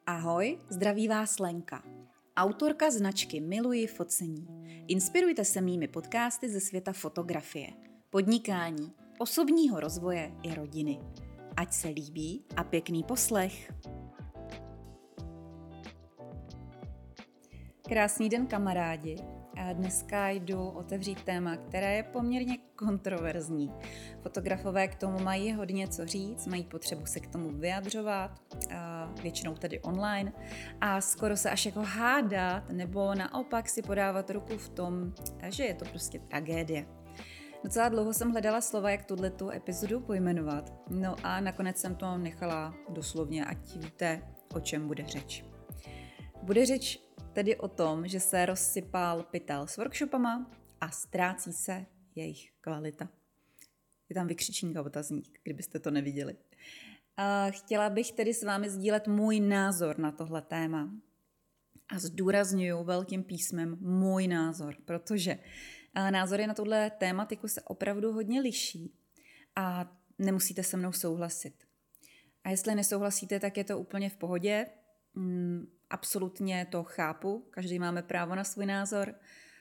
Ahoj, zdraví vás Lenka, autorka značky Miluji focení. Inspirujte se mými podcasty ze světa fotografie, podnikání, osobního rozvoje i rodiny. Ať se líbí a pěkný poslech. Krásný den, kamarádi. A dneska jdu otevřít téma, které je poměrně kontroverzní. Fotografové k tomu mají hodně co říct, mají potřebu se k tomu vyjadřovat, většinou tedy online, a skoro se až jako hádat, nebo naopak si podávat ruku v tom, že je to prostě tragédie. Docela dlouho jsem hledala slova, jak tuhletu epizodu pojmenovat, no a nakonec jsem to nechala doslovně, ať víte, o čem bude řeč. Bude řeč tedy o tom, že se rozsypal pytel s workshopama a ztrácí se jejich kvalita. Je tam vykřičník a otazník, kdybyste to neviděli. A chtěla bych tedy s vámi sdílet můj názor na tohle téma. A zdůrazňuju velkým písmem můj názor, protože názory na tuhle tématiku se opravdu hodně liší a nemusíte se mnou souhlasit. A jestli nesouhlasíte, tak je to úplně v pohodě. Absolutně to chápu, každý máme právo na svůj názor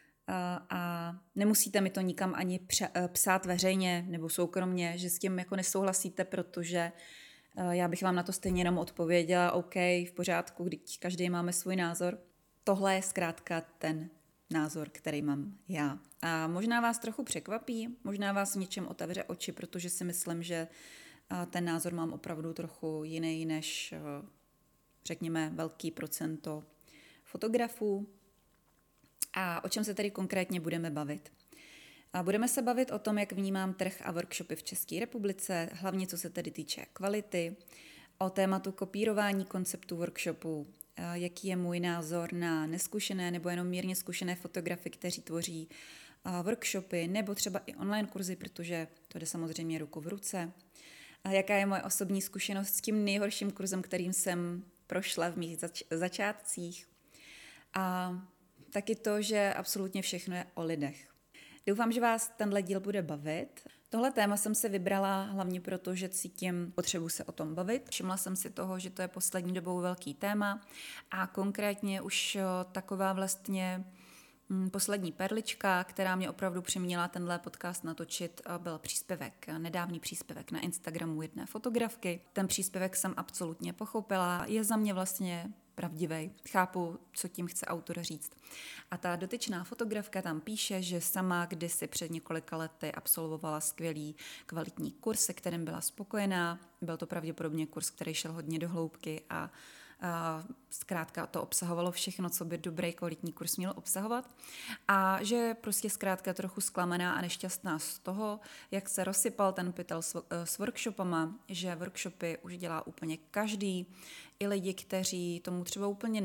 a nemusíte mi to nikam ani psát veřejně nebo soukromně, že s tím jako nesouhlasíte, protože já bych vám na to stejně jenom odpověděla, OK, v pořádku, když každý máme svůj názor. Tohle je zkrátka ten názor, který mám já. A možná vás trochu překvapí, možná vás v něčem otevře oči, protože si myslím, že ten názor mám opravdu trochu jiný než řekněme velký procento fotografů. A o čem se tedy konkrétně budeme bavit? A budeme se bavit o tom, jak vnímám trh a workshopy v České republice, hlavně co se tedy týče kvality, o tématu kopírování konceptu workshopů, jaký je můj názor na neskušené nebo jenom mírně zkušené fotografy, kteří tvoří workshopy nebo třeba i online kurzy, protože to jde samozřejmě ruku v ruce. A jaká je moje osobní zkušenost s tím nejhorším kurzem, kterým jsem prošla v mých začátcích. A taky to, že absolutně všechno je o lidech. Doufám, že vás tenhle díl bude bavit. Tohle téma jsem si vybrala hlavně proto, že cítím potřebu se o tom bavit. Všimla jsem si toho, že to je poslední dobou velký téma a konkrétně už taková vlastně poslední perlička, která mě opravdu přiměla tenhle podcast natočit, byl příspěvek, nedávný příspěvek na Instagramu jedné fotografky. Ten příspěvek jsem absolutně pochopila, je za mě vlastně pravdivý. Chápu, co tím chce autor říct. A ta dotyčná fotografka tam píše, že sama kdysi před několika lety absolvovala skvělý kvalitní kurz, se kterým byla spokojená. Byl to pravděpodobně kurz, který šel hodně do hloubky a zkrátka to obsahovalo všechno, co by dobrý kvalitní kurz měl obsahovat, a že je prostě zkrátka trochu zklamaná a nešťastná z toho, jak se rozsypal ten pytel s workshopama, že workshopy už dělá úplně každý, i lidi, kteří tomu třeba úplně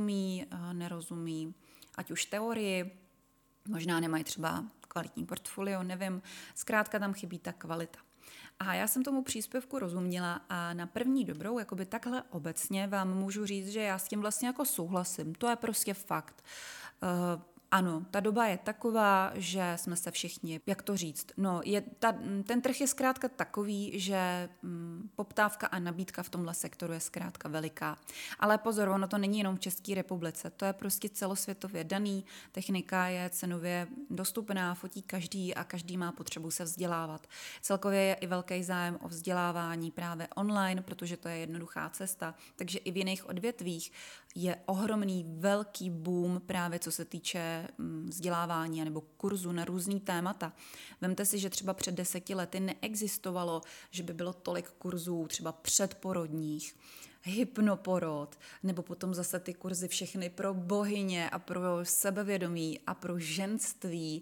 nerozumí ať už teorii, možná nemají třeba kvalitní portfolio, nevím, zkrátka tam chybí ta kvalita. A já jsem tomu příspěvku rozuměla a na první dobrou, jakoby takhle obecně vám můžu říct, že já s tím vlastně jako souhlasím. To je prostě fakt. Ano, ta doba je taková, že jsme se všichni, jak to říct, ten trh je zkrátka takový, že poptávka a nabídka v tomhle sektoru je zkrátka veliká. Ale pozor, ono to není jenom v České republice, to je prostě celosvětově daný, technika je cenově dostupná, fotí každý a každý má potřebu se vzdělávat. Celkově je i velký zájem o vzdělávání právě online, protože to je jednoduchá cesta, takže i v jiných odvětvích je ohromný velký boom právě co se týče vzdělávání nebo kurzu na různý témata. Vemte si, že třeba před 10 lety neexistovalo, že by bylo tolik kurzů třeba předporodních, hypnoporod, nebo potom zase ty kurzy všechny pro bohyně a pro sebevědomí a pro ženství.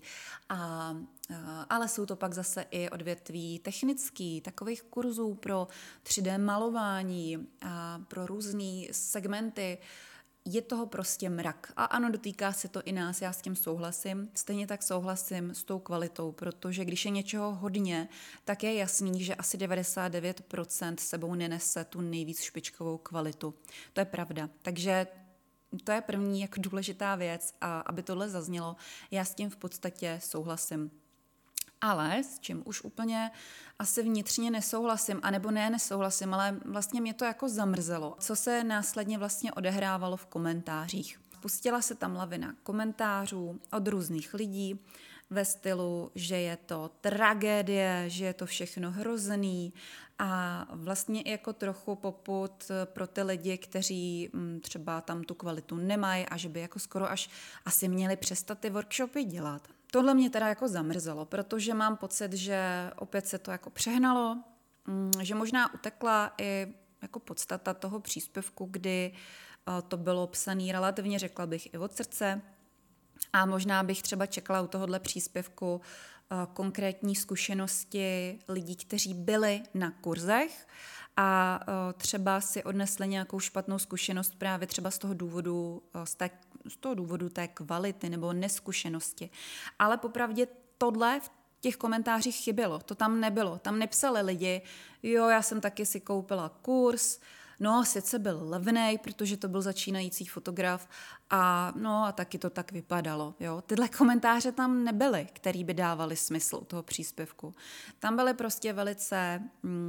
Ale jsou to pak zase i odvětví technický, takových kurzů pro 3D malování a pro různý segmenty. Je toho prostě mrak. A ano, dotýká se to i nás, já s tím souhlasím. Stejně tak souhlasím s tou kvalitou, protože když je něčeho hodně, tak je jasný, že asi 99% sebou nenese tu nejvíc špičkovou kvalitu. To je pravda. Takže to je první jako důležitá věc a aby tohle zaznělo, já s tím v podstatě souhlasím. Ale s čím už úplně asi vnitřně nesouhlasím, anebo nesouhlasím, ale vlastně mě to jako zamrzelo. Co se následně vlastně odehrávalo v komentářích. Pustila se tam lavina komentářů od různých lidí ve stylu, že je to tragédie, že je to všechno hrozný a vlastně i jako trochu popud pro ty lidi, kteří třeba tam tu kvalitu nemají a že by jako skoro až asi měli přestat ty workshopy dělat. Tohle mě teda jako zamrzelo, protože mám pocit, že opět se to jako přehnalo, že možná utekla i jako podstata toho příspěvku, kdy to bylo psané relativně, řekla bych, i od srdce. A možná bych třeba čekala u tohohle příspěvku konkrétní zkušenosti lidí, kteří byli na kurzech a třeba si odnesli nějakou špatnou zkušenost právě třeba z toho důvodu té kvality nebo neskušenosti. Ale popravdě tohle v těch komentářích chybělo, to tam nebylo. Tam nepsali lidi, jo, já jsem taky si koupila kurz, no, sice byl levnej, protože to byl začínající fotograf a taky to tak vypadalo. Jo. Tyhle komentáře tam nebyly, který by dávaly smysl toho příspěvku. Tam byly prostě velice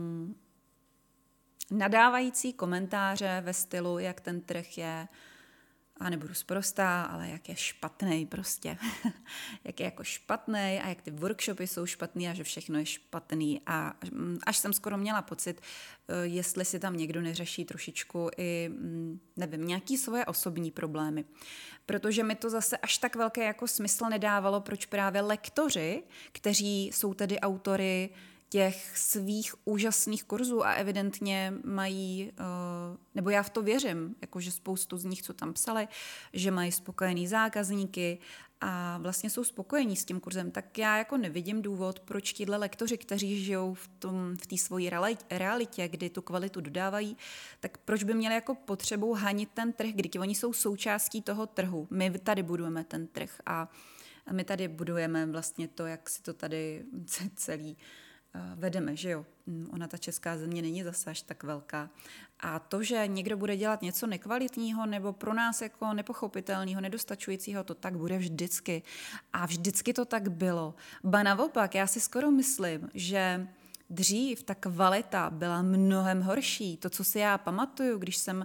nadávající komentáře ve stylu, jak ten trh je, a nebudu sprostá, ale jak je špatnej prostě. Jak je jako špatnej a jak ty workshopy jsou špatný a že všechno je špatný. A až jsem skoro měla pocit, jestli si tam někdo neřeší trošičku i, nevím, nějaký svoje osobní problémy. Protože mi to zase až tak velké jako smysl nedávalo, proč právě lektoři, kteří jsou tedy autory těch svých úžasných kurzů a evidentně mají, nebo já v to věřím, jakože spoustu z nich, co tam psali, že mají spokojený zákazníky a vlastně jsou spokojení s tím kurzem, tak já jako nevidím důvod, proč tíhle lektoři, kteří žijou v té svojí realitě, kdy tu kvalitu dodávají, tak proč by měli jako potřebu hanit ten trh, když oni jsou součástí toho trhu. My tady budujeme ten trh a my tady budujeme vlastně to, jak si to tady celý vedeme, že jo. Ona, ta česká země, není zase až tak velká. A to, že někdo bude dělat něco nekvalitního nebo pro nás jako nepochopitelného, nedostačujícího, to tak bude vždycky. A vždycky to tak bylo. Ba naopak, já si skoro myslím, že dřív ta kvalita byla mnohem horší. To, co si já pamatuju, když jsem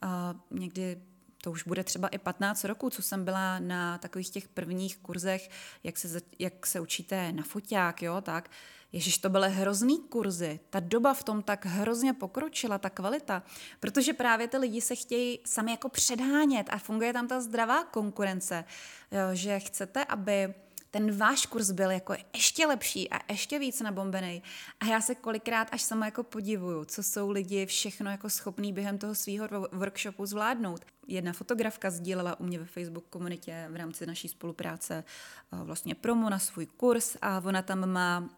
někdy, to už bude třeba i 15 roků, co jsem byla na takových těch prvních kurzech, jak se učíte na foťák, jo, tak. Ježiš, to byly hrozný kurzy. Ta doba v tom tak hrozně pokročila, ta kvalita, protože právě ty lidi se chtějí sami jako předhánět a funguje tam ta zdravá konkurence, že chcete, aby ten váš kurz byl jako ještě lepší a ještě víc nabombený. A já se kolikrát až sama jako podivuju, co jsou lidi všechno jako schopní během toho svého workshopu zvládnout. Jedna fotografka sdílela u mě ve Facebook komunitě v rámci naší spolupráce vlastně promo na svůj kurz a ona tam má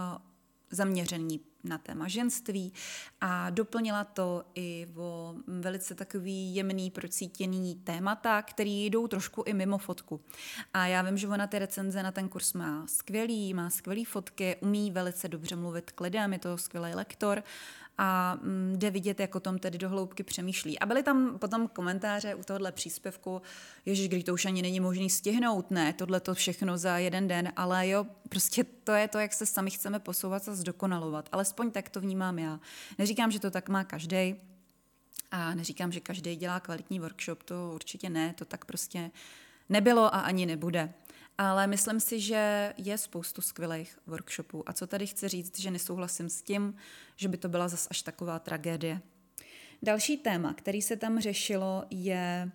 zaměření na téma ženství a doplnila to i o velice takový jemný, procítěný témata, který jdou trošku i mimo fotku. A já vím, že ona ty recenze na ten kurz má skvělý fotky, umí velice dobře mluvit k lidem, je to skvělý lektor a jde vidět, jak o tom tedy do hloubky přemýšlí. A byly tam potom komentáře u tohohle příspěvku, ježiš, když to už ani není možný stihnout, ne, tohle to všechno za jeden den, ale jo, prostě to je to, jak se sami chceme posouvat a zdokonalovat. Alespoň tak to vnímám já. Neříkám, že to tak má každej a neříkám, že každej dělá kvalitní workshop, to určitě ne, to tak prostě nebylo a ani nebude. Ale myslím si, že je spoustu skvělých workshopů. A co tady chci říct, že nesouhlasím s tím, že by to byla zas až taková tragédie. Další téma, který se tam řešilo, je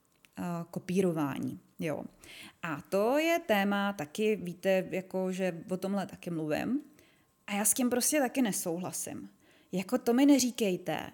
kopírování. Jo. A to je téma taky, víte, jako, že o tomhle taky mluvím. A já s tím prostě taky nesouhlasím. Jako to mi neříkejte,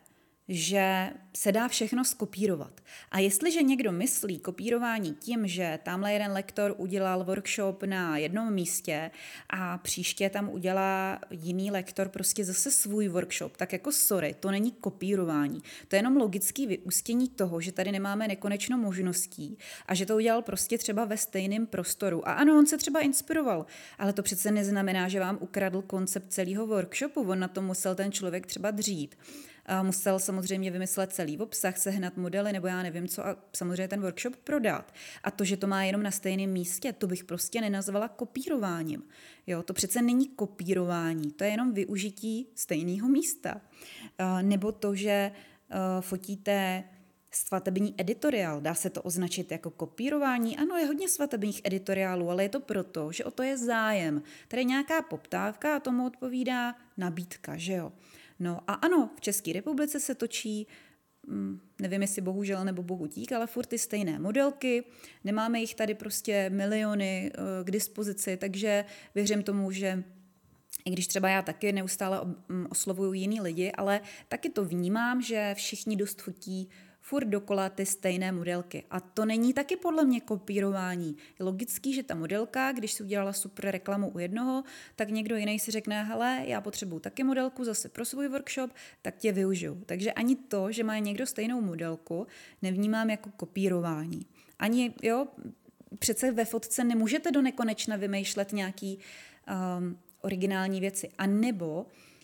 že se dá všechno skopírovat. A jestliže někdo myslí kopírování tím, že tamhle jeden lektor udělal workshop na jednom místě a příště tam udělá jiný lektor prostě zase svůj workshop, tak jako sorry, to není kopírování. To je jenom logické vyústění toho, že tady nemáme nekonečno možností a že to udělal prostě třeba ve stejném prostoru. A ano, on se třeba inspiroval, ale to přece neznamená, že vám ukradl koncept celého workshopu. On na to musel ten člověk třeba dřít. musel samozřejmě vymyslet celý obsah, sehnat modely nebo já nevím co a samozřejmě ten workshop prodat. A to, že to má jenom na stejném místě, to bych prostě nenazvala kopírováním. Jo, to přece není kopírování, to je jenom využití stejného místa. Nebo to, že fotíte svatební editoriál, dá se to označit jako kopírování? Ano, je hodně svatebních editoriálů, ale je to proto, že o to je zájem. Tady je nějaká poptávka a tomu odpovídá nabídka, že jo? No a ano, v České republice se točí, nevím jestli bohužel nebo bohu dík, ale furt ty stejné modelky, nemáme jich tady prostě miliony k dispozici, takže věřím tomu, že i když třeba já taky neustále oslovuju jiný lidi, ale taky to vnímám, že všichni dost fotí furt dokola ty stejné modelky. A to není taky podle mě kopírování. Je logický, že ta modelka, když si udělala super reklamu u jednoho, tak někdo jiný si řekne, hele, já potřebuju taky modelku zase pro svůj workshop, tak tě využiju. Takže ani to, že má někdo stejnou modelku, nevnímám jako kopírování. Ani, jo, přece ve fotce nemůžete do nekonečna vymýšlet nějaký originální věci. A nebo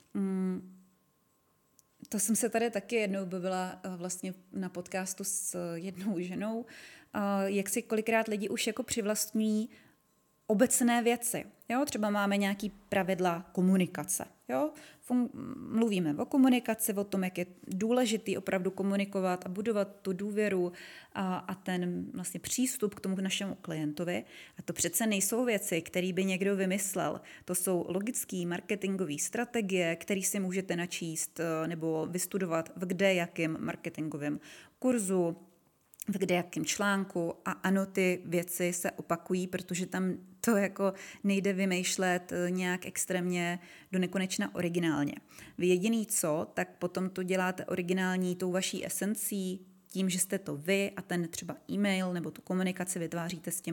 to jsem se tady taky jednou bavila vlastně na podcastu s jednou ženou, jak si kolikrát lidi už jako přivlastňují obecné věci. Jo? Třeba máme nějaký pravidla komunikace. Jo? Mluvíme o komunikaci, o tom, jak je důležitý opravdu komunikovat a budovat tu důvěru a ten vlastně přístup k tomu našemu klientovi. A to přece nejsou věci, které by někdo vymyslel. To jsou logické marketingové strategie, které si můžete načíst nebo vystudovat v kde jakým marketingovém kurzu, v kde jakým článku a ano, ty věci se opakují, protože tam to jako nejde vymýšlet nějak extrémně do nekonečna originálně. Vy jediný co, tak potom to děláte originální tou vaší esencí, tím, že jste to vy a ten třeba e-mail nebo tu komunikaci vytváříte s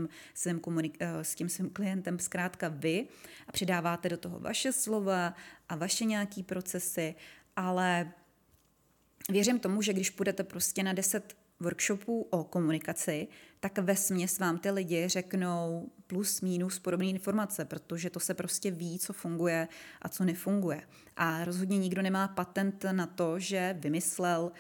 tím svým klientem zkrátka vy a přidáváte do toho vaše slova a vaše nějaký procesy, ale věřím tomu, že když půjdete prostě na 10 workshopů o komunikaci, tak vesměs vám ty lidi řeknou plus, minus podobné informace, protože to se prostě ví, co funguje a co nefunguje. A rozhodně nikdo nemá patent na to, že vymyslel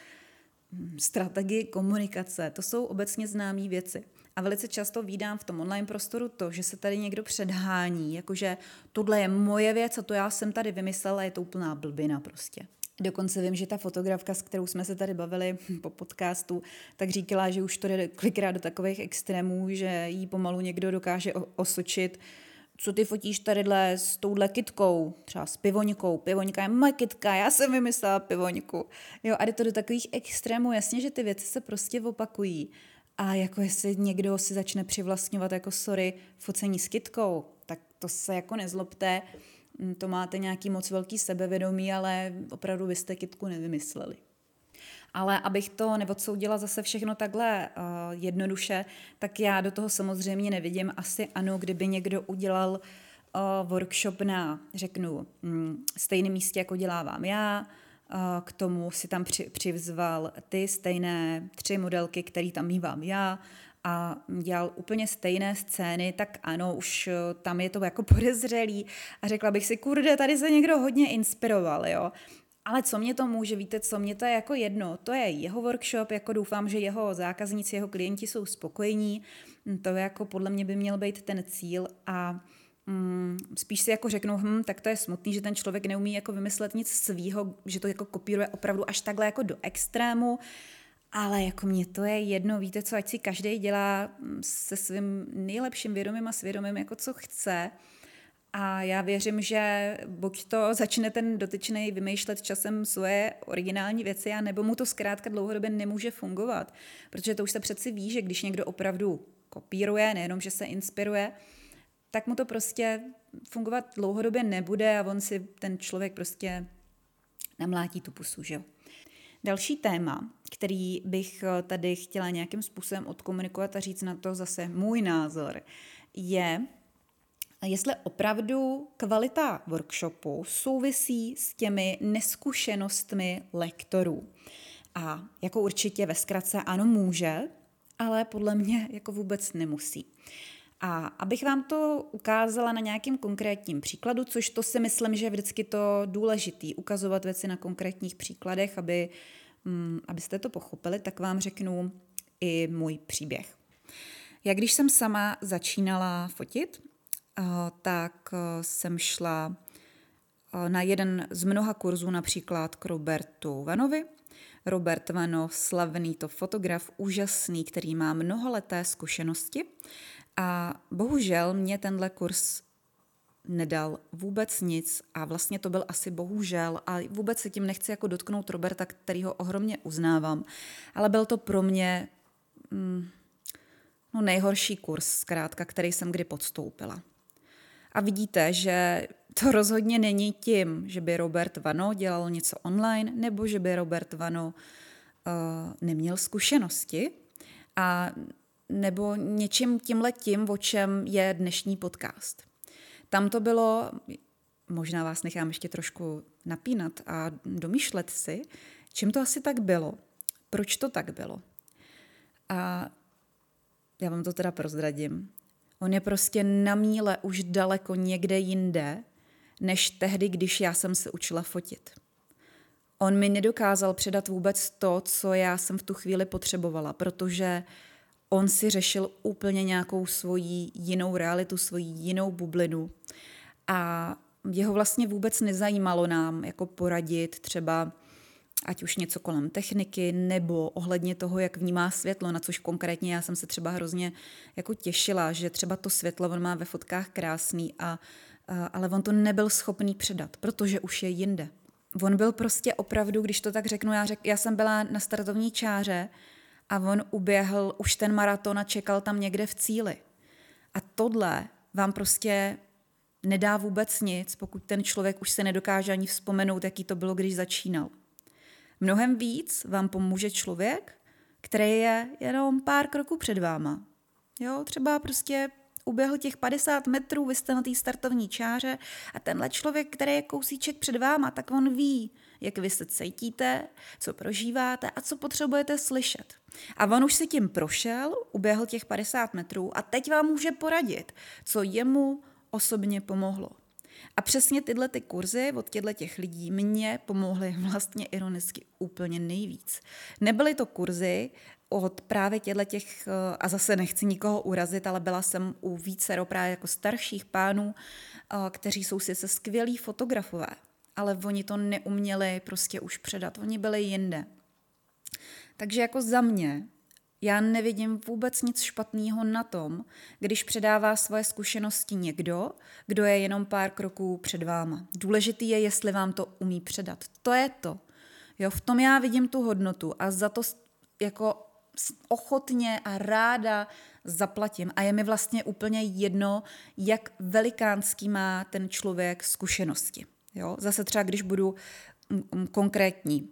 strategii komunikace. To jsou obecně známé věci. A velice často vídám v tom online prostoru to, že se tady někdo předhání, jakože tohle je moje věc a to já jsem tady vymyslela, je to úplná blbina prostě. Dokonce vím, že ta fotografka, s kterou jsme se tady bavili po podcastu, tak říkala, že už to jde kolikrát do takových extrémů, že jí pomalu někdo dokáže osočit, co ty fotíš tadyhle s touhle kytkou, třeba s pivoňkou. Pivoňka je moje kytka, já jsem vymyslela pivoňku. Jo, a jde to do takových extrémů, jasně, že ty věci se prostě opakují. A jako jestli někdo si začne přivlastňovat jako sorry, focení s kytkou, tak to se jako nezlobte, to máte nějaký moc velký sebevědomí, ale opravdu vy jste kytku nevymysleli. Ale abych to neodsoudila zase všechno takhle jednoduše, tak já do toho samozřejmě nevidím. Asi ano, kdyby někdo udělal workshop na, řeknu, stejném místě, jako dělávám já, k tomu si tam přivzval ty stejné 3 modelky, které tam mívám já, a dělal úplně stejné scény, tak ano, už tam je to jako podezřelý a řekla bych si, kurde, tady se někdo hodně inspiroval, jo. Ale co mě to může, víte co, mě to je jako jedno, to je jeho workshop, jako doufám, že jeho zákazníci, jeho klienti jsou spokojení, to jako podle mě by měl být ten cíl a spíš si jako řeknu, tak to je smutný, že ten člověk neumí jako vymyslet nic svýho, že to jako kopíruje opravdu až takhle jako do extrému, ale jako mně to je jedno, víte co, ať si každý dělá se svým nejlepším vědomím a svědomím jako co chce a já věřím, že buď to začne ten dotyčný vymýšlet časem svoje originální věci a nebo mu to zkrátka dlouhodobě nemůže fungovat, protože to už se přeci ví, že když někdo opravdu kopíruje, nejenom, že se inspiruje, tak mu to prostě fungovat dlouhodobě nebude a on si ten člověk prostě namlátí tu pusu, že jo. Další téma, který bych tady chtěla nějakým způsobem odkomunikovat a říct na to zase můj názor, je, jestli opravdu kvalita workshopu souvisí s těmi neskušenostmi lektorů. A jako určitě ve zkratce ano může, ale podle mě jako vůbec nemusí. A abych vám to ukázala na nějakém konkrétním příkladu, což to si myslím, že je vždycky to důležitý, ukazovat věci na konkrétních příkladech, abyste to pochopili, tak vám řeknu i můj příběh. Já když jsem sama začínala fotit, tak jsem šla na jeden z mnoha kurzů například k Robertu Vanovi. Robert Vano, slavný to fotograf, úžasný, který má mnohaleté zkušenosti. A bohužel mě tenhle kurz nedal vůbec nic a vlastně to byl asi bohužel a vůbec se tím nechci jako dotknout Roberta, kterýho ohromně uznávám, ale byl to pro mě nejhorší kurz, zkrátka, který jsem kdy podstoupila. A vidíte, že to rozhodně není tím, že by Robert Vano dělal něco online, nebo že by Robert Vano neměl zkušenosti a nebo něčím tímhletím, o čem je dnešní podcast. Tam to bylo, možná vás nechám ještě trošku napínat a domýšlet si, čím to asi tak bylo, proč to tak bylo. A já vám to teda prozradím. On je prostě na míle už daleko někde jinde, než tehdy, když já jsem se učila fotit. On mi nedokázal předat vůbec to, co já jsem v tu chvíli potřebovala, protože on si řešil úplně nějakou svoji jinou realitu, svoji jinou bublinu a jeho vlastně vůbec nezajímalo nám jako poradit třeba ať už něco kolem techniky nebo ohledně toho, jak vnímá světlo, na což konkrétně já jsem se třeba hrozně jako těšila, že třeba to světlo on má ve fotkách krásný, ale on to nebyl schopný předat, protože už je jinde. On byl prostě opravdu, když to tak řeknu, já jsem byla na startovní čáře a on uběhl už ten maraton a čekal tam někde v cíli. A tohle vám prostě nedá vůbec nic, pokud ten člověk už se nedokáže ani vzpomenout, jaký to bylo, když začínal. Mnohem víc vám pomůže člověk, který je jenom pár kroků před váma. Jo, třeba prostě uběhl těch 50 metrů, vy jste na té startovní čáře a tenhle člověk, který je kousíček před váma, tak on ví, jak vy se cítíte, co prožíváte a co potřebujete slyšet. A on už si tím prošel, uběhl těch 50 metrů a teď vám může poradit, co jemu osobně pomohlo. A přesně tyhle ty kurzy od těch lidí mě pomohly vlastně ironicky úplně nejvíc. Nebyly to kurzy od právě těch, a zase nechci nikoho urazit, ale byla jsem u vícero právě jako starších pánů, kteří jsou sice skvělí fotografové, ale oni to neuměli prostě už předat, oni byli jinde. Takže jako za mě, já nevidím vůbec nic špatného na tom, když předává svoje zkušenosti někdo, kdo je jenom pár kroků před váma. Důležitý je, jestli vám to umí předat. To je to. Jo, v tom já vidím tu hodnotu a za to jako ochotně a ráda zaplatím. A je mi vlastně úplně jedno, jak velikánský má ten člověk zkušenosti. Jo? Zase třeba, když budu konkrétní.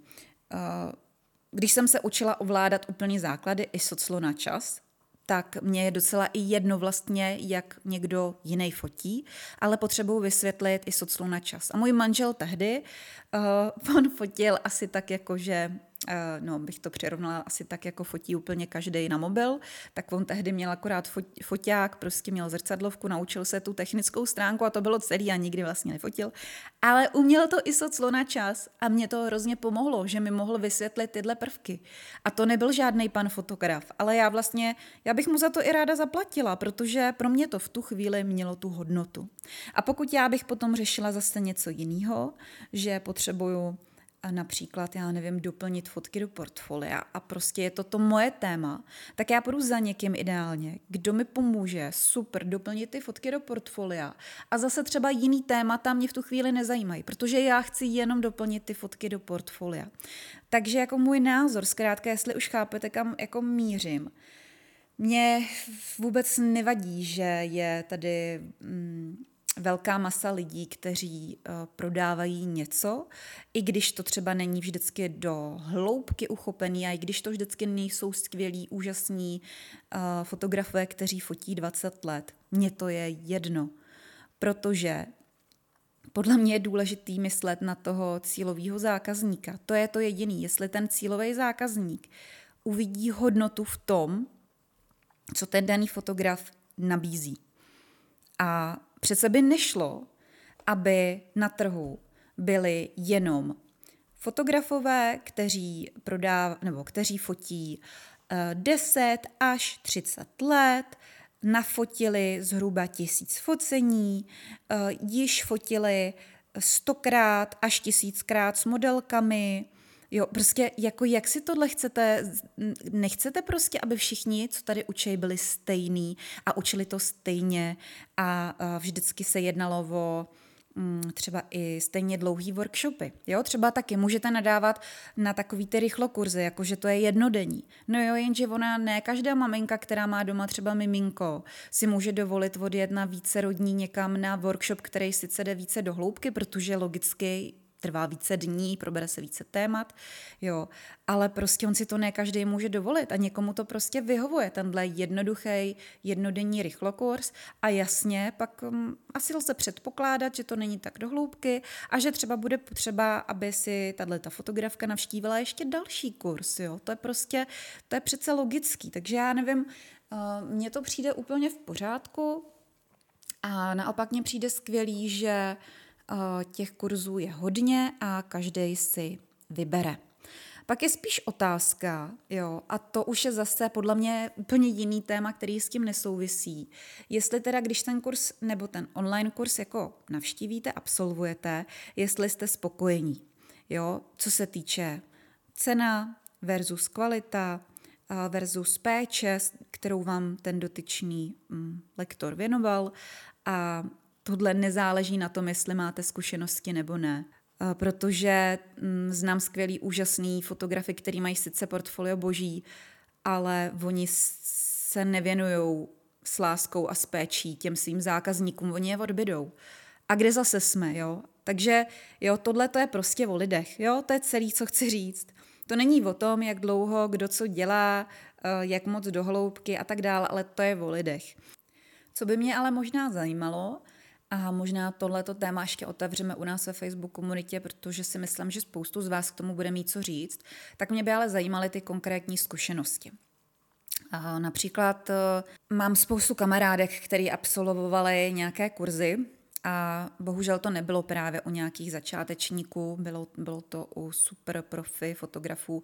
Když jsem se učila ovládat úplně základy ISO clo na čas, tak mě je docela i jedno vlastně, jak někdo jiný fotí, ale potřebuji vysvětlit ISO clo na čas. A můj manžel tehdy, on fotil asi tak jako, že bych to přirovnala asi tak, jako fotí úplně každej na mobil, tak on tehdy měl akorát foťák, prostě měl zrcadlovku, naučil se tu technickou stránku a to bylo celý a nikdy vlastně nefotil, ale uměl to ISO clo na čas a mě to hrozně pomohlo, že mi mohl vysvětlit tyhle prvky. A to nebyl žádný pan fotograf, ale já bych mu za to i ráda zaplatila, protože pro mě to v tu chvíli mělo tu hodnotu. A pokud já bych potom řešila zase něco jiného, že potřebuju například, doplnit fotky do portfolia a prostě je to moje téma, tak já půjdu za někým ideálně, kdo mi pomůže super doplnit ty fotky do portfolia a zase třeba jiný témata mě v tu chvíli nezajímají, protože já chci jenom doplnit ty fotky do portfolia. Takže jako můj názor, zkrátka, jestli už chápete, kam jako mířím, mně vůbec nevadí, že je tady velká masa lidí, kteří prodávají něco, i když to třeba není vždycky do hloubky uchopený a i když to vždycky nejsou skvělí, úžasní fotografové, kteří fotí 20 let. Mně to je jedno, protože podle mě je důležitý myslet na toho cílového zákazníka. To je to jediný, jestli ten cílový zákazník uvidí hodnotu v tom, co ten daný fotograf nabízí. A přece by nešlo, aby na trhu byli jenom fotografové, kteří fotí 10 až 30 let, nafotili zhruba 1000 focení, již fotili 100krát až 1000krát s modelkami. Jo, prostě jako jak si tohle chcete, nechcete prostě, aby všichni, co tady učí, byli stejný a učili to stejně a vždycky se jednalo o třeba i stejně dlouhý workshopy. Jo, třeba taky můžete nadávat na takový ty rychlokurzy, jakože to je jednodenní. No jo, jenže ne každá maminka, která má doma třeba miminko, si může dovolit odjet na vícerodní někam na workshop, který sice jde více do hloubky, protože logicky trvá více dní, probere se více témat, jo, ale prostě on si to ne každý může dovolit a někomu to prostě vyhovuje, tenhle jednoduchý, jednodenní rychlokurs a jasně, pak asi lze předpokládat, že to není tak do hloubky a že třeba bude potřeba, aby si tato fotografka navštívila ještě další kurz, jo, to je přece logický, takže já nevím, mně to přijde úplně v pořádku a naopak mně přijde skvělý, že těch kurzů je hodně a každý si vybere. Pak je spíš otázka, jo, a to už je zase podle mě úplně jiný téma, který s tím nesouvisí. Jestli teda, když ten kurz nebo ten online kurz jako navštívíte, absolvujete, jestli jste spokojení, jo, co se týče cena versus kvalita versus péče, kterou vám ten dotyčný lektor věnoval a tohle nezáleží na tom, jestli máte zkušenosti nebo ne. Protože znám skvělý, úžasný fotografy, který mají sice portfolio boží, ale oni se nevěnujou s láskou a s péčí těm svým zákazníkům, oni je odbydou. A kde zase jsme, jo? Takže jo, tohle to je prostě o lidech, jo? To je celý, co chci říct. To není o tom, jak dlouho, kdo co dělá, jak moc do hloubky a tak dále, ale to je o lidech. Co by mě ale možná zajímalo, a možná tohleto téma ještě otevřeme u nás ve Facebook komunitě, protože si myslím, že spoustu z vás k tomu bude mít co říct, tak mě by ale zajímaly ty konkrétní zkušenosti. Například mám spoustu kamarádek, který absolvovali nějaké kurzy a bohužel to nebylo právě u nějakých začátečníků, bylo to u super profi fotografů,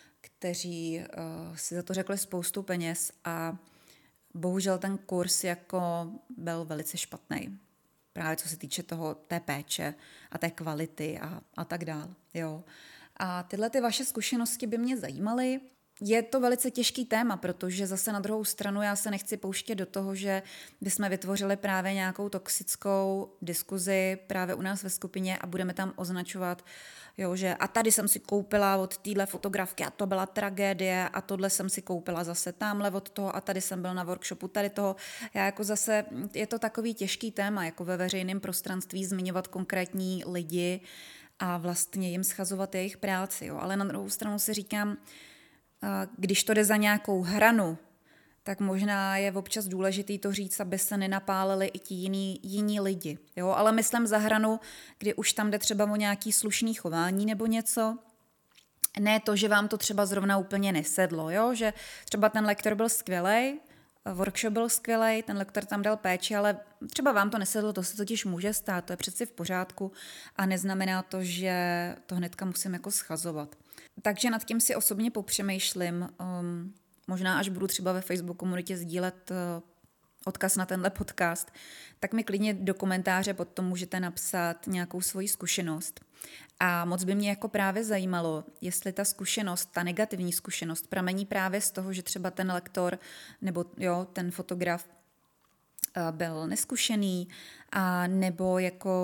kteří si za to řekli spoustu peněz a bohužel ten kurz jako byl velice špatný. Právě co se týče té péče a té kvality a tak dál. Jo. A tyhle ty vaše zkušenosti by mě zajímaly. Je to velice těžký téma, protože zase na druhou stranu já se nechci pouštět do toho, že bychom vytvořili právě nějakou toxickou diskuzi právě u nás ve skupině a budeme tam označovat, jo, že a tady jsem si koupila od téhle fotografky a to byla tragédie a tohle jsem si koupila zase tamhle od toho a tady jsem byl na workshopu tady toho. Já jako zase, je to takový těžký téma, jako ve veřejném prostranství zmiňovat konkrétní lidi a vlastně jim schazovat jejich práci, jo. Ale na druhou stranu si říkám, když to jde za nějakou hranu, tak možná je občas důležitý to říct, aby se nenapálili i ti jiní lidi. Jo? Ale myslím za hranu, kdy už tam jde třeba o nějaký slušný chování nebo něco. Ne to, že vám to třeba zrovna úplně nesedlo. Jo? Že třeba ten lektor byl skvělej, workshop byl skvělej, ten lektor tam dal péči, ale třeba vám to nesedlo, to se totiž může stát, to je přeci v pořádku a neznamená to, že to hnedka musím jako schazovat. Takže nad tím si osobně popřemýšlím, možná až budu třeba ve Facebook komunitě sdílet odkaz na tenhle podcast, tak mi klidně do komentáře pod to můžete napsat nějakou svoji zkušenost. A moc by mě jako právě zajímalo, jestli ta zkušenost, ta negativní zkušenost pramení právě z toho, že třeba ten lektor nebo jo, ten fotograf byl neskušený a nebo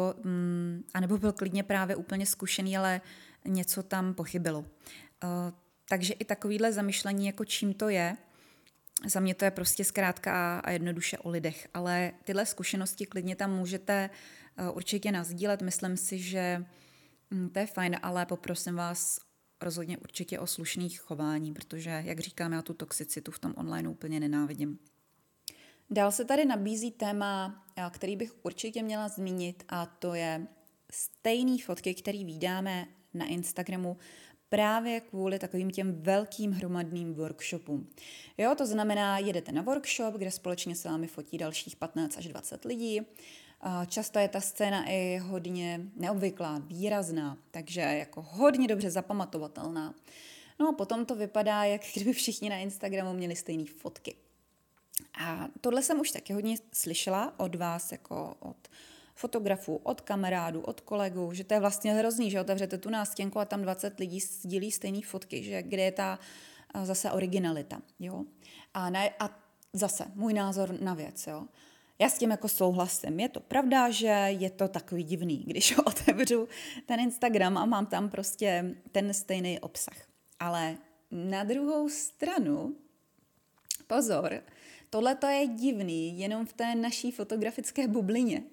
byl klidně právě úplně zkušený, ale něco tam pochybilo. Takže i takovýhle zamyšlení, jako čím to je, za mě to je prostě zkrátka a jednoduše o lidech, ale tyhle zkušenosti klidně tam můžete určitě nasdílet. Myslím si, že to je fajn, ale poprosím vás rozhodně určitě o slušných chování, protože, jak říkám, já tu toxicitu v tom online úplně nenávidím. Dál se tady nabízí téma, který bych určitě měla zmínit, a to je stejný fotky, který vídáme na Instagramu, právě kvůli takovým těm velkým hromadným workshopům. Jo, to znamená, jedete na workshop, kde společně se vámi fotí dalších 15 až 20 lidí. Často je ta scéna i hodně neobvyklá, výrazná, takže jako hodně dobře zapamatovatelná. No a potom to vypadá, jak kdyby všichni na Instagramu měli stejné fotky. A tohle jsem už taky hodně slyšela od vás, jako od fotografů, od kamarádů, od kolegů, že to je vlastně hrozný, že otevřete tu nástěnku a tam 20 lidí sdílí stejné fotky, že kde je ta zase originalita. Jo? A zase můj názor na věc. Jo? Já s tím jako souhlasím. Je to pravda, že je to takový divný, když otevřu ten Instagram a mám tam prostě ten stejný obsah. Ale na druhou stranu, pozor, tohle to je divný jenom v té naší fotografické bublině.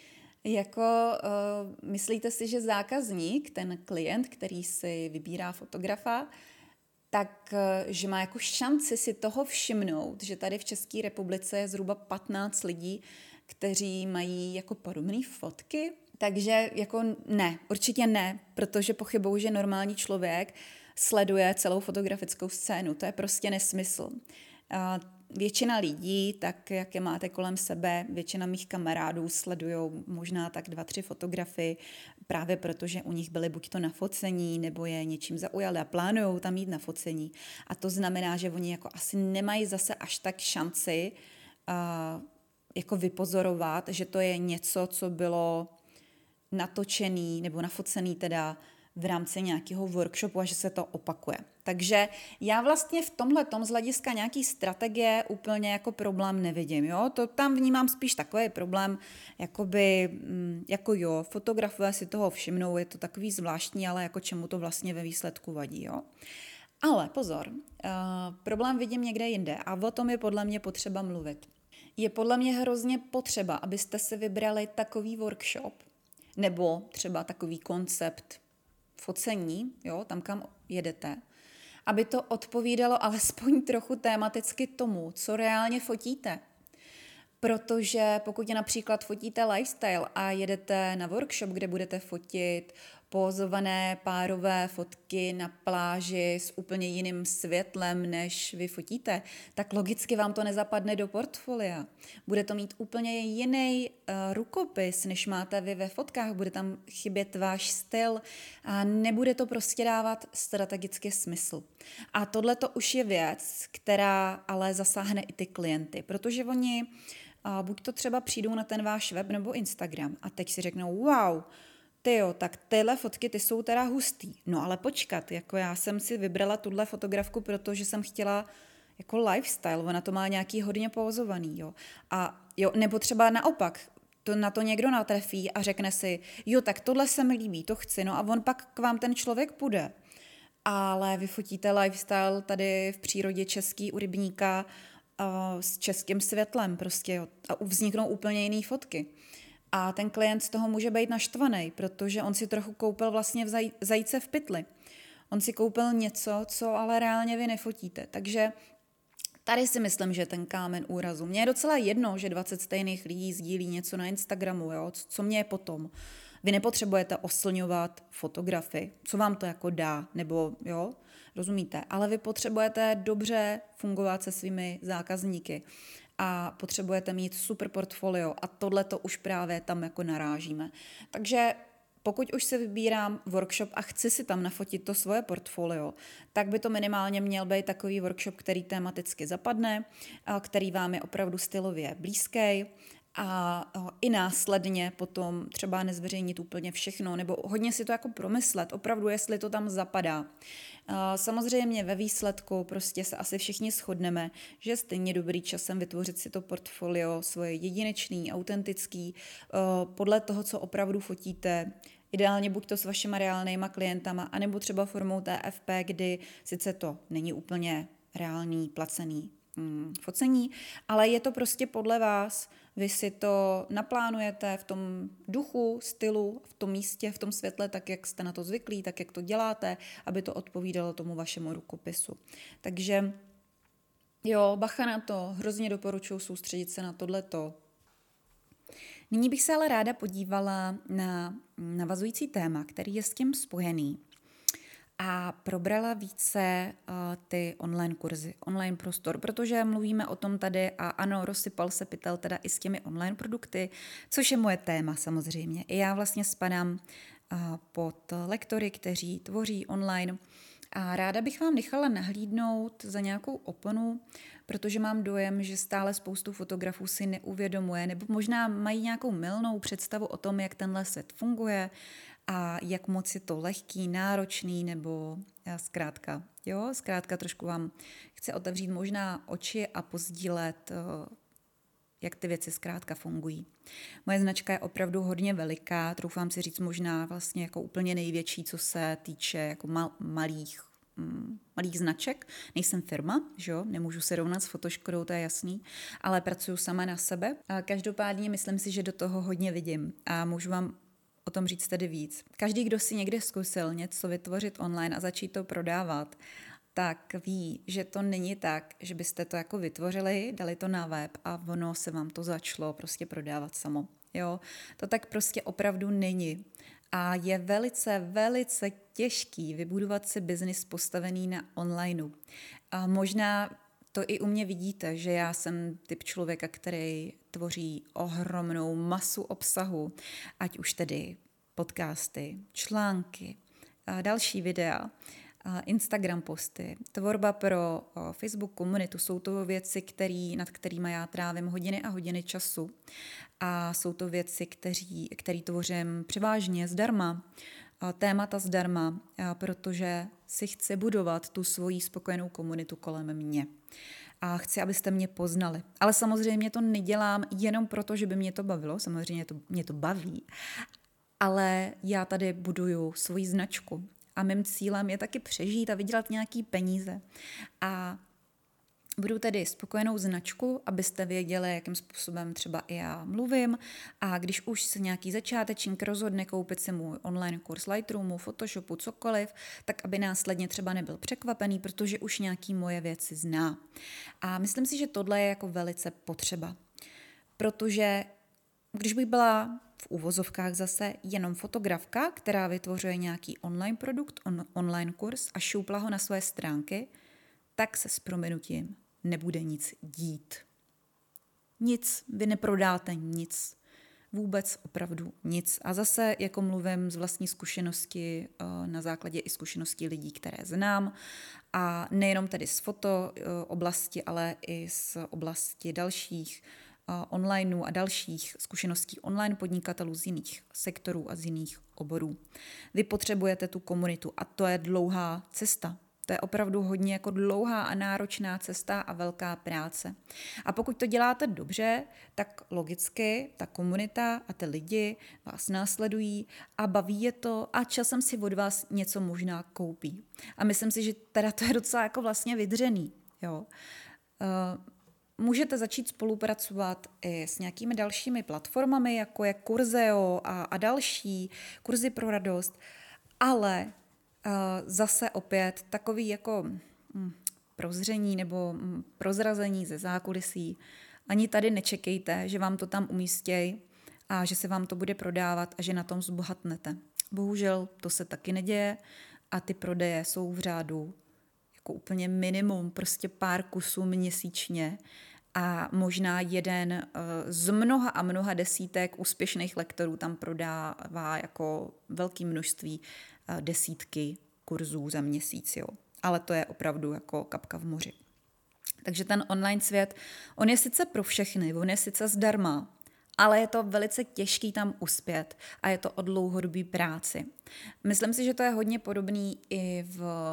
Myslíte si, že zákazník, ten klient, který si vybírá fotografa, tak že má jako šanci si toho všimnout, že tady v České republice je zhruba 15 lidí, kteří mají jako podobné fotky? Takže jako ne, určitě ne, protože pochybuju, že normální člověk sleduje celou fotografickou scénu. To je prostě nesmysl. Většina lidí, tak jak je máte kolem sebe, většina mých kamarádů sledují možná tak 2-3 fotografy, právě protože u nich byly buď to na focení, nebo je něčím zaujali a plánují tam jít na focení. A to znamená, že oni jako asi nemají zase až tak šanci jako vypozorovat, že to je něco, co bylo natočený nebo nafocený teda v rámci nějakého workshopu a že se to opakuje. Takže já vlastně v tomhletom z hlediska nějaký strategie úplně jako problém nevidím. Jo? To tam vnímám spíš takový problém, fotografové si toho všimnou, je to takový zvláštní, ale jako čemu to vlastně ve výsledku vadí. Jo? Ale pozor, problém vidím někde jinde a o tom je podle mě potřeba mluvit. Je podle mě hrozně potřeba, abyste si vybrali takový workshop nebo třeba takový koncept focení, jo, tam, kam jedete, aby to odpovídalo alespoň trochu tématicky tomu, co reálně fotíte. Protože pokud například fotíte lifestyle a jedete na workshop, kde budete fotit pózované párové fotky na pláži s úplně jiným světlem, než vy fotíte, tak logicky vám to nezapadne do portfolia. Bude to mít úplně jiný rukopis, než máte vy ve fotkách, bude tam chybět váš styl a nebude to prostě dávat strategicky smysl. A tohle to už je věc, která ale zasáhne i ty klienty, protože oni buď to třeba přijdou na ten váš web nebo Instagram a teď si řeknou, wow, tyjo, tak tyhle fotky, ty jsou teda hustý. No ale počkat, jako já jsem si vybrala tuhle fotografku, protože jsem chtěla jako lifestyle, ona to má nějaký hodně pózovaný, jo. A jo, nebo třeba naopak, na to někdo natrefí a řekne si, jo, tak tohle se mi líbí, to chci, no a on pak k vám ten člověk půjde. Ale vy fotíte lifestyle tady v přírodě český u rybníka s českým světlem prostě, jo, a vzniknou úplně jiný fotky. A ten klient z toho může být naštvaný, protože on si trochu koupil vlastně zajíce v pytli. On si koupil něco, co ale reálně vy nefotíte. Takže tady si myslím, že ten kámen úrazu. Mně je docela jedno, že 20 stejných lidí sdílí něco na Instagramu, jo? Co mě je potom. Vy nepotřebujete oslňovat fotografii, co vám to jako dá, nebo jo, rozumíte, ale vy potřebujete dobře fungovat se svými zákazníky a potřebujete mít super portfolio a tohle to už právě tam jako narážíme. Takže pokud už si vybírám workshop a chci si tam nafotit to svoje portfolio, tak by to minimálně měl být takový workshop, který tematicky zapadne, který vám je opravdu stylově blízký a i následně potom třeba nezveřejnit úplně všechno, nebo hodně si to jako promyslet, opravdu, jestli to tam zapadá. Samozřejmě ve výsledku prostě se asi všichni shodneme, že je stejně dobrý časem vytvořit si to portfolio svoje jedinečný, autentický, podle toho, co opravdu fotíte, ideálně buď to s vašima reálnýma klientama, anebo třeba formou TFP, kdy sice to není úplně reálný, placený focení, ale je to prostě podle vás, vy si to naplánujete v tom duchu, stylu, v tom místě, v tom světle, tak jak jste na to zvyklí, tak jak to děláte, aby to odpovídalo tomu vašemu rukopisu. Takže jo, bacha na to, hrozně doporučuji soustředit se na tohleto. Nyní bych se ale ráda podívala na navazující téma, který je s tím spojený. a probrala více ty online kurzy, online prostor, protože mluvíme o tom tady a ano, rozsypal se pytel teda i s těmi online produkty, což je moje téma samozřejmě. I já vlastně spadám pod lektory, kteří tvoří online a ráda bych vám nechala nahlídnout za nějakou oponu, protože mám dojem, že stále spoustu fotografů si neuvědomuje, nebo možná mají nějakou mylnou představu o tom, jak tenhle svět funguje a jak moc je to lehký, náročný, nebo zkrátka trošku vám chci otevřít možná oči a pozdílet, jak ty věci zkrátka fungují. Moje značka je opravdu hodně veliká, troufám si říct možná vlastně jako úplně největší, co se týče jako malých značek. Nejsem firma, že jo? Nemůžu se rovnat s Fotoškodou, to je jasný, ale pracuji sama na sebe. A každopádně myslím si, že do toho hodně vidím a můžu vám o tom říct tedy víc. Každý, kdo si někde zkusil něco vytvořit online a začít to prodávat, tak ví, že to není tak, že byste to jako vytvořili, dali to na web a ono se vám to začalo prostě prodávat samo. Jo? To tak prostě opravdu není. A je velice, velice těžký vybudovat si biznis postavený na onlineu. A možná to i u mě vidíte, že já jsem typ člověka, který tvoří ohromnou masu obsahu, ať už tedy podcasty, články, a další videa, Instagram posty, tvorba pro Facebook komunitu. Jsou to věci, nad kterými já trávím hodiny a hodiny času. A jsou to věci, které tvořím převážně zdarma, témata zdarma, protože si chci budovat tu svoji spokojenou komunitu kolem mě. A chci, abyste mě poznali. Ale samozřejmě to nedělám jenom proto, že by mě to bavilo, samozřejmě mě to baví, ale já tady buduju svoji značku. A mým cílem je taky přežít a vydělat nějaký peníze. A budu tedy spokojenou značku, abyste věděli, jakým způsobem třeba i já mluvím. A když už se nějaký začátečník rozhodne koupit si můj online kurz Lightroomu, Photoshopu, cokoliv, tak aby následně třeba nebyl překvapený, protože už nějaký moje věci zná. A myslím si, že tohle je jako velice potřeba. Protože když bych byla v uvozovkách zase jenom fotografka, která vytvořuje nějaký online produkt, online kurz a šoupla ho na své stránky, tak se s prominutím nebude nic dít. Nic, vy neprodáte nic. Vůbec opravdu nic. A zase, jako mluvím z vlastní zkušenosti, na základě i zkušeností lidí, které znám, a nejenom tedy z foto oblasti, ale i z oblasti dalších onlineu a dalších zkušeností online podnikatelů z jiných sektorů a z jiných oborů. Vy potřebujete tu komunitu a to je dlouhá cesta. To je opravdu hodně jako dlouhá a náročná cesta a velká práce. A pokud to děláte dobře, tak logicky ta komunita a ty lidi vás následují a baví je to a časem si od vás něco možná koupí. A myslím si, že teda to je docela jako vlastně vydřený. Jo. Můžete začít spolupracovat i s nějakými dalšími platformami, jako je Kurzeo a další, kurzy pro radost, ale zase opět takový jako prozření nebo prozrazení ze zákulisí. Ani tady nečekejte, že vám to tam umístějí a že se vám to bude prodávat a že na tom zbohatnete. Bohužel to se taky neděje a ty prodeje jsou v řádu jako úplně minimum, prostě pár kusů měsíčně a možná jeden z mnoha a mnoha desítek úspěšných lektorů tam prodává jako velké množství desítky kurzů za měsíc, jo. Ale to je opravdu jako kapka v moři. Takže ten online svět, on je sice pro všechny, on je sice zdarma, ale je to velice těžký tam uspět a je to o dlouhodobý práci. Myslím si, že to je hodně podobný i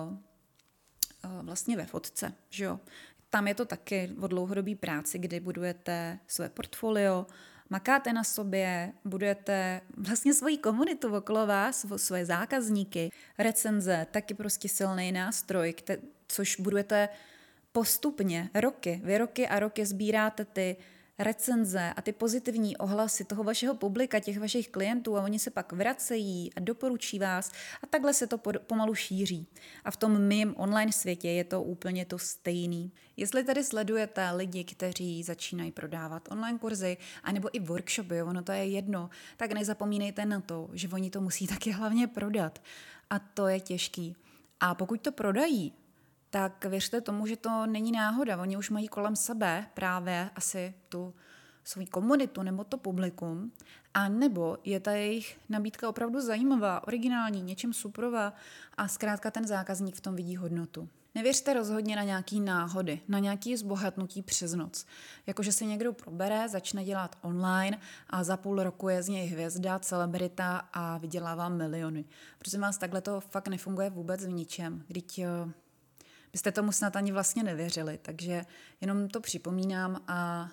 vlastně ve fotce, že jo. Tam je to taky o dlouhodobý práci, kdy budujete své portfolio, makáte na sobě, budujete vlastně svoji komunitu okolo vás, svoje zákazníky, recenze, taky prostě silný nástroj, což budujete postupně, roky. Vy roky a roky sbíráte ty recenze a ty pozitivní ohlasy toho vašeho publika, těch vašich klientů a oni se pak vracejí a doporučí vás a takhle se to pomalu šíří. A v tom mým online světě je to úplně to stejný. Jestli tady sledujete lidi, kteří začínají prodávat online kurzy anebo i workshopy, ono to je jedno, tak nezapomínejte na to, že oni to musí taky hlavně prodat. A to je těžký. A pokud to prodají, tak věřte tomu, že to není náhoda. Oni už mají kolem sebe právě asi tu svou komunitu nebo to publikum, a nebo je ta jejich nabídka opravdu zajímavá, originální, něčím superová a zkrátka ten zákazník v tom vidí hodnotu. Nevěřte rozhodně na nějaký náhody, na nějaký zbohatnutí přes noc. Jakože se někdo probere, začne dělat online a za půl roku je z něj hvězda, celebrita a vydělává miliony. Prosím vás, takhle to fakt nefunguje vůbec v ničem. Vždyť byste tomu snad ani vlastně nevěřili, takže jenom to připomínám a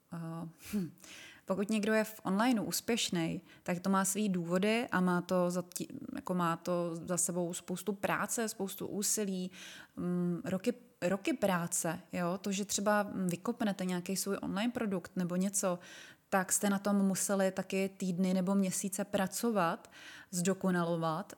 pokud někdo je v onlineu úspěšný, tak to má svý důvody a má to za sebou spoustu práce, spoustu úsilí, roky práce. Jo? To, že třeba vykopnete nějaký svůj online produkt nebo něco, tak jste na tom museli taky týdny nebo měsíce pracovat, zdokonalovat.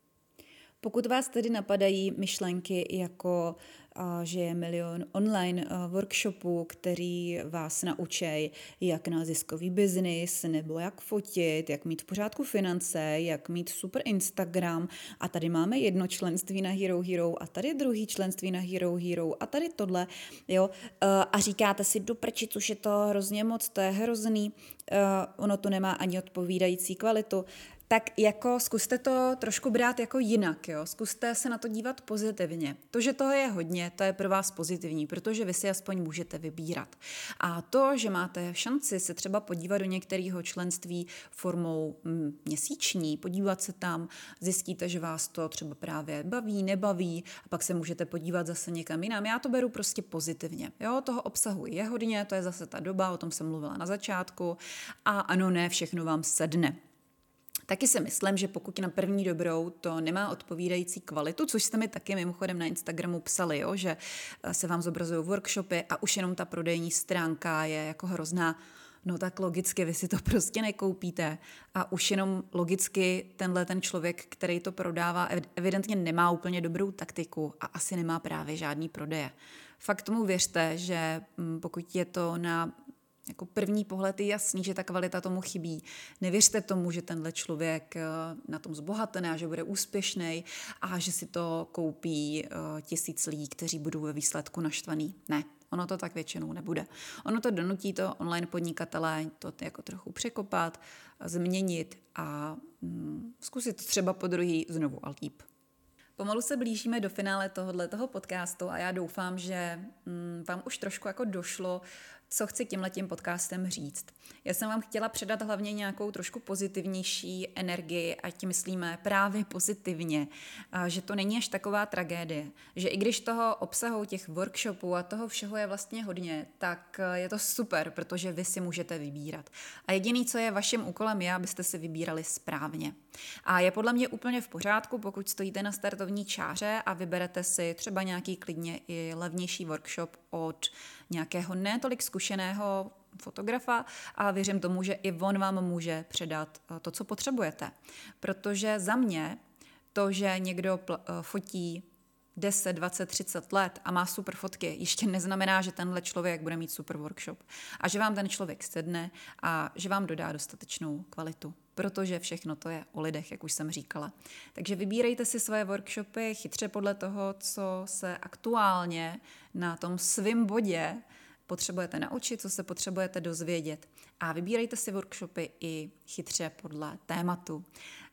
Pokud vás tedy napadají myšlenky jako, že je milion online workshopů, který vás naučí, jak na ziskový biznis, nebo jak fotit, jak mít v pořádku finance, jak mít super Instagram, a tady máme jedno členství na Hero Hero a tady druhý členství na Hero Hero a tady tohle, jo, a říkáte si do prči, což je to hrozně moc, to je hrozný, ono to nemá ani odpovídající kvalitu, tak jako zkuste to trošku brát jako jinak, jo? Zkuste se na to dívat pozitivně. To, že toho je hodně, to je pro vás pozitivní, protože vy si aspoň můžete vybírat. A to, že máte šanci se třeba podívat do některého členství formou měsíční, podívat se tam, zjistíte, že vás to třeba právě baví, nebaví, a pak se můžete podívat zase někam jinam. Já to beru prostě pozitivně. Jo? Toho obsahu je hodně, to je zase ta doba, o tom jsem mluvila na začátku, a ano, ne všechno vám sedne. Taky si myslím, že pokud na první dobrou to nemá odpovídající kvalitu, což jste mi taky mimochodem na Instagramu psali, jo, že se vám zobrazují workshopy a už jenom ta prodejní stránka je jako hrozná, no tak logicky vy si to prostě nekoupíte a už jenom logicky ten člověk, který to prodává, evidentně nemá úplně dobrou taktiku a asi nemá právě žádný prodeje. Fakt tomu věřte, že pokud je to na jako první pohled je jasný, že ta kvalita tomu chybí. Nevěřte tomu, že tenhle člověk na tom zbohatne a že bude úspěšný a že si to koupí 1000 lidí, kteří budou ve výsledku naštvaný. Ne, ono to tak většinou nebude. Ono to donutí to online podnikatele to jako trochu překopat, změnit a zkusit to třeba podruhý znovu a líp. Pomalu se blížíme do finále tohoto podcastu a já doufám, že vám už trošku jako došlo, co chci tímhletím podcastem říct. Já jsem vám chtěla předat hlavně nějakou trošku pozitivnější energii, ať myslíme právě pozitivně, že to není až taková tragédie, že i když toho obsahu těch workshopů a toho všeho je vlastně hodně, tak je to super, protože vy si můžete vybírat. A jediný, co je vaším úkolem, je, abyste si vybírali správně. A je podle mě úplně v pořádku, pokud stojíte na startovní čáře a vyberete si třeba nějaký klidně i levnější workshop od nějakého netolik zkušeného fotografa a věřím tomu, že i on vám může předat to, co potřebujete. Protože za mě to, že někdo fotí 10, 20, 30 let a má super fotky, ještě neznamená, že tenhle člověk bude mít super workshop a že vám ten člověk sedne a že vám dodá dostatečnou kvalitu. Protože všechno to je o lidech, jak už jsem říkala. Takže vybírejte si svoje workshopy chytře podle toho, co se aktuálně na tom svém bodě potřebujete naučit, co se potřebujete dozvědět. A vybírejte si workshopy i chytře podle tématu.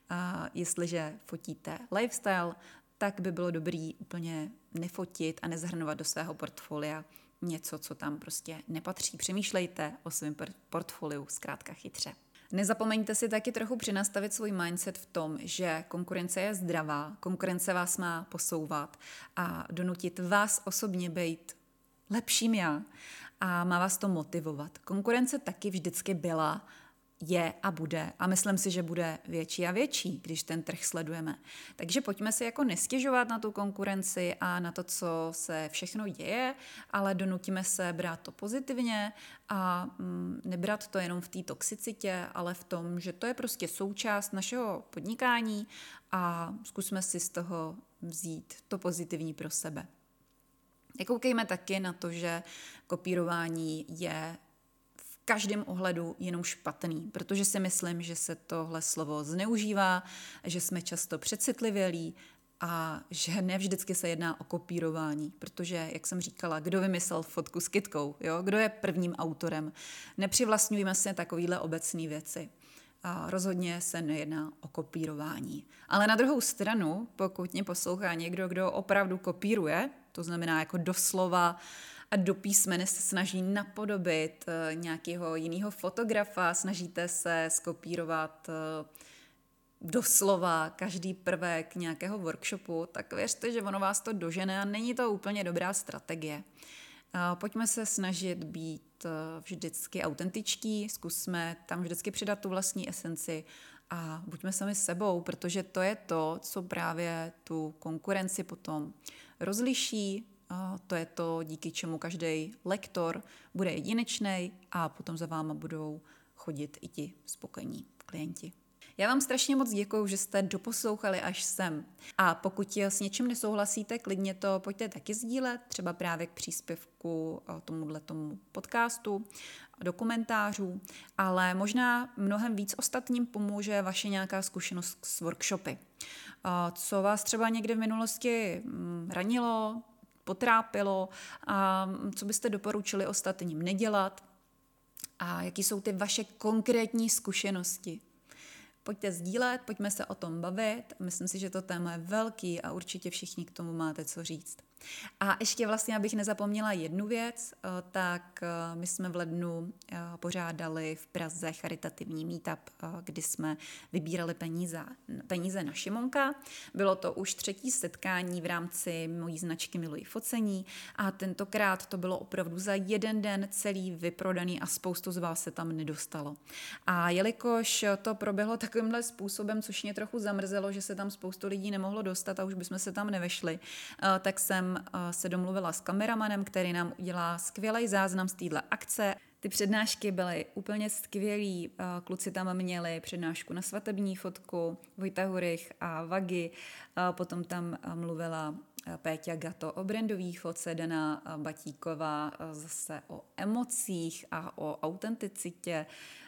Jestliže fotíte lifestyle, tak by bylo dobrý úplně nefotit a nezahrnovat do svého portfolia něco, co tam prostě nepatří. Přemýšlejte o svém portfoliu zkrátka chytře. Nezapomeňte si taky trochu přenastavit svůj mindset v tom, že konkurence je zdravá, konkurence vás má posouvat a donutit vás osobně být lepším já a má vás to motivovat. Konkurence taky vždycky byla, je a bude a myslím si, že bude větší a větší, když ten trh sledujeme. Takže pojďme si jako nestěžovat na tu konkurenci a na to, co se všechno děje, ale donutíme se brát to pozitivně a nebrat to jenom v té toxicitě, ale v tom, že to je prostě součást našeho podnikání a zkusme si z toho vzít to pozitivní pro sebe. Nekoukejme taky na to, že kopírování je v každém ohledu jenom špatný, protože si myslím, že se tohle slovo zneužívá, že jsme často přecitlivělí. a že ne vždycky se jedná o kopírování, protože, jak jsem říkala, kdo vymyslel fotku s kytkou, jo? Kdo je prvním autorem. Nepřivlastňujeme si takovýhle obecné věci. A rozhodně se nejedná o kopírování. Ale na druhou stranu, pokud mě poslouchá někdo, kdo opravdu kopíruje, to znamená jako doslova a do písmene se snaží napodobit nějakého jiného fotografa, snažíte se skopírovat doslova každý prvek nějakého workshopu, tak věřte, že ono vás to dožene a není to úplně dobrá strategie. Pojďme se snažit být vždycky autentičtí, zkusme tam vždycky přidat tu vlastní esenci a buďme sami sebou, protože to je to, co právě tu konkurenci potom rozliší, to je to, díky čemu každý lektor bude jedinečný a potom za váma budou chodit i ti spokojení klienti. Já vám strašně moc děkuju, že jste doposlouchali až sem. A pokud s něčím nesouhlasíte, klidně to pojďte taky sdílet, třeba právě k příspěvku tomu podcastu, do komentářů, ale možná mnohem víc ostatním pomůže vaše nějaká zkušenost s workshopy. Co vás třeba někde v minulosti ranilo, potrápilo a co byste doporučili ostatním nedělat a jaký jsou ty vaše konkrétní zkušenosti. Pojďte sdílet, pojďme se o tom bavit. Myslím si, že to téma je velký a určitě všichni k tomu máte co říct. A ještě vlastně, abych nezapomněla jednu věc, tak my jsme v lednu pořádali v Praze charitativní meetup, kdy jsme vybírali peníze na Šimonka. Bylo to už 3. setkání v rámci mojí značky Miluji focení a tentokrát to bylo opravdu za jeden den celý vyprodaný a spoustu z vás se tam nedostalo. A jelikož to proběhlo takovýmhle způsobem, což mě trochu zamrzelo, že se tam spoustu lidí nemohlo dostat a už bychom se tam nevešli, tak jsem se domluvila s kameramanem, který nám udělá skvělý záznam z téhle akce. Ty přednášky byly úplně skvělý, kluci tam měli přednášku na svatební fotku, Vojta Hurych a Vagi, potom tam mluvila Péťa Gato o brandové fotce, Dana Batíková zase o emocích a o autenticitě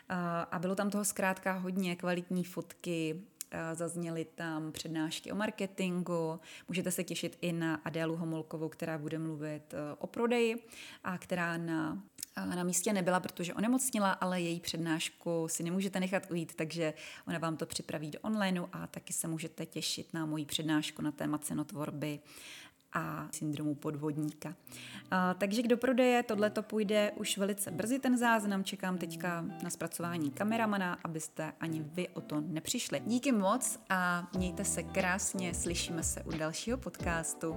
a bylo tam toho zkrátka hodně, kvalitní fotky, zazněly tam přednášky o marketingu, můžete se těšit i na Adélu Homolkovou, která bude mluvit o prodeji a která na místě nebyla, protože onemocnila, ale její přednášku si nemůžete nechat ujít, takže ona vám to připraví do onlineu a taky se můžete těšit na moji přednášku na téma cenotvorby a syndromu podvodníka. Takže kdo prodeje, tohle to půjde už velice brzy ten záznam, čekám teďka na zpracování kameramana, abyste ani vy o to nepřišli. Díky moc a mějte se krásně, slyšíme se u dalšího podcastu.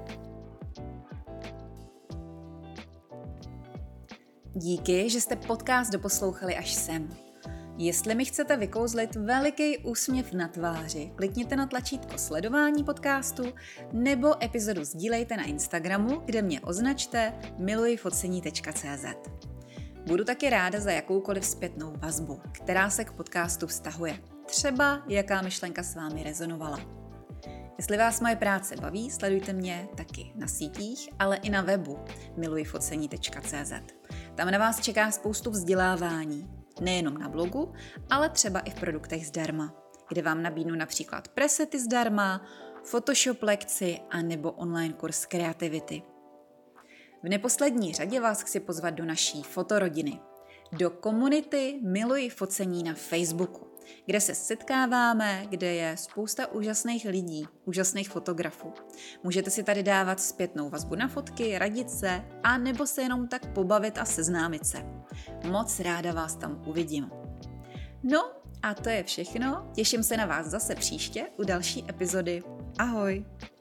Díky, že jste podcast doposlouchali až sem. Jestli mi chcete vykouzlit veliký úsměv na tváři, klikněte na tlačítko sledování podcastu nebo epizodu sdílejte na Instagramu, kde mě označte milujifocení.cz. Budu taky ráda za jakoukoliv zpětnou vazbu, která se k podcastu vztahuje. Třeba jaká myšlenka s vámi rezonovala. Jestli vás moje práce baví, sledujte mě taky na sítích, ale i na webu milujifocení.cz. Tam na vás čeká spoustu vzdělávání. Nejenom na blogu, ale třeba i v produktech zdarma, kde vám nabídnu například presety zdarma, Photoshop lekci a nebo online kurz kreativity. V neposlední řadě vás chci pozvat do naší fotorodiny, do komunity Miluji focení na Facebooku, kde se setkáváme, kde je spousta úžasných lidí, úžasných fotografů. Můžete si tady dávat zpětnou vazbu na fotky, radit se a nebo se jenom tak pobavit a seznámit se. Moc ráda vás tam uvidím. No a to je všechno, těším se na vás zase příště u další epizody. Ahoj!